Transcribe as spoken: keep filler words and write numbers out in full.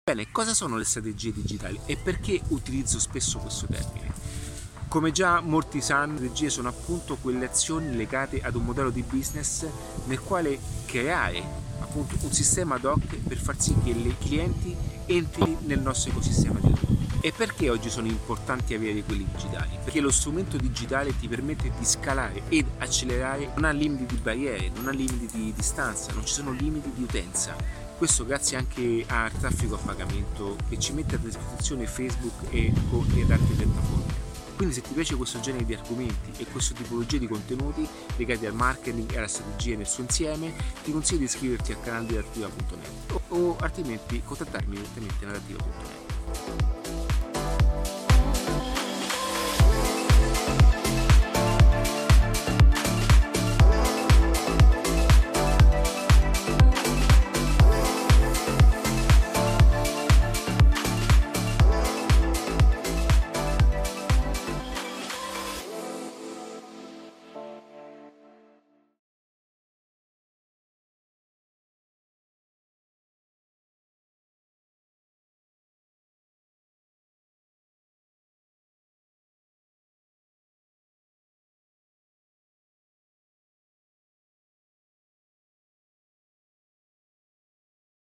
Bene, cosa sono le strategie digitali e perché utilizzo spesso questo termine? Come già molti sanno, le strategie sono appunto quelle azioni legate ad un modello di business nel quale creare appunto un sistema ad hoc per far sì che i clienti entrino nel nostro ecosistema di lavoro. E perché oggi sono importanti avere quelli digitali? Perché lo strumento digitale ti permette di scalare ed accelerare, non ha limiti di barriere, non ha limiti di distanza, non ci sono limiti di utenza. Questo grazie anche al traffico a pagamento che ci mette a disposizione Facebook e, ed altre piattaforme. Quindi se ti piace questo genere di argomenti e questo tipologia di contenuti legati al marketing e alla strategia nel suo insieme, ti consiglio di iscriverti al canale di Adattiva punto net o, o altrimenti contattarmi direttamente in adattiva punto net.